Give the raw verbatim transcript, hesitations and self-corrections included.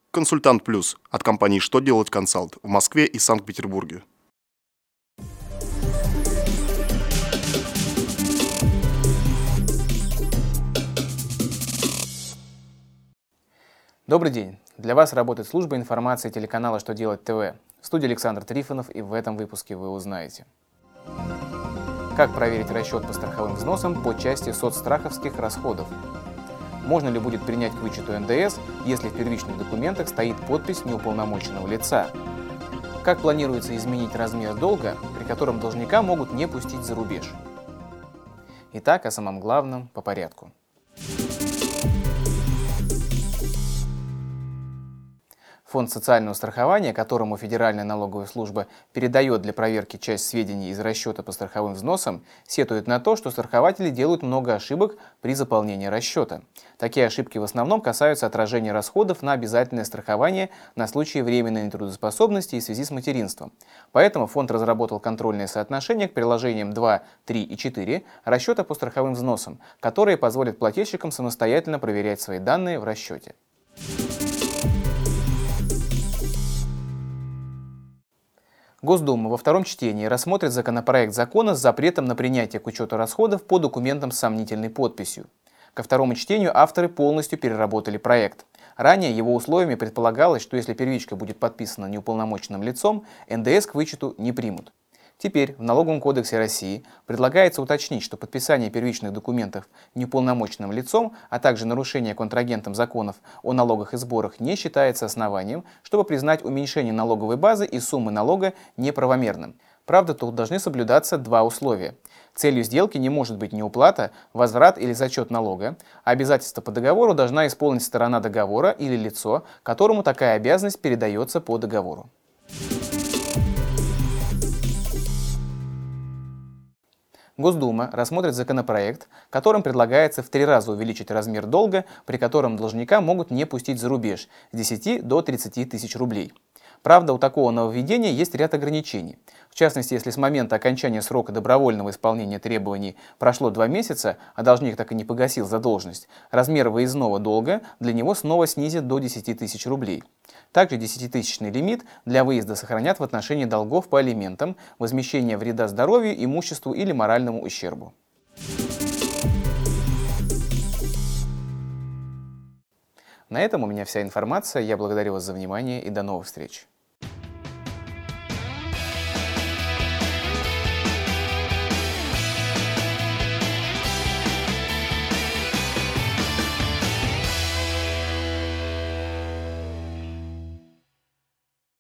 Консультант Плюс от компании «Что делать консалт» в Москве и Санкт-Петербурге. Добрый день! Для вас работает служба информации телеканала «Что делать ТВ». В студии Александр Трифонов, и в этом выпуске вы узнаете: как проверить расчет по страховым взносам по части соцстраховских расходов? Можно ли будет принять к вычету эн дэ эс, если в первичных документах стоит подпись неуполномоченного лица? Как планируется изменить размер долга, при котором должника могут не пустить за рубеж? Итак, о самом главном по порядку. Фонд социального страхования, которому Федеральная налоговая служба передает для проверки часть сведений из расчета по страховым взносам, сетует на то, что страхователи делают много ошибок при заполнении расчета. Такие ошибки в основном касаются отражения расходов на обязательное страхование на случай временной нетрудоспособности и в связи с материнством. Поэтому фонд разработал контрольное соотношение к приложениям два, три и четыре расчета по страховым взносам, которые позволят плательщикам самостоятельно проверять свои данные в расчете. Госдума во втором чтении рассмотрит законопроект закона с запретом на принятие к учету расходов по документам с сомнительной подписью. Ко второму чтению авторы полностью переработали проект. Ранее его условиями предполагалось, что если первичка будет подписана неуполномоченным лицом, эн дэ эс к вычету не примут. Теперь в Налоговом кодексе России предлагается уточнить, что подписание первичных документов неуполномоченным лицом, а также нарушение контрагентом законов о налогах и сборах не считается основанием, чтобы признать уменьшение налоговой базы и суммы налога неправомерным. Правда, тут должны соблюдаться два условия. Целью сделки не может быть неуплата, возврат или зачет налога, а обязательство по договору должна исполнить сторона договора или лицо, которому такая обязанность передается по договору. Госдума рассмотрит законопроект, которым предлагается в три раза увеличить размер долга, при котором должника могут не пустить за рубеж с десяти до тридцати тысяч рублей. Правда, у такого нововведения есть ряд ограничений. В частности, если с момента окончания срока добровольного исполнения требований прошло два месяца, а должник так и не погасил задолженность, размер выездного долга для него снова снизят до десяти тысяч рублей. Также десятитысячный лимит для выезда сохранят в отношении долгов по алиментам, возмещения вреда здоровью, имуществу или моральному ущербу. На этом у меня вся информация. Я благодарю вас за внимание и до новых встреч.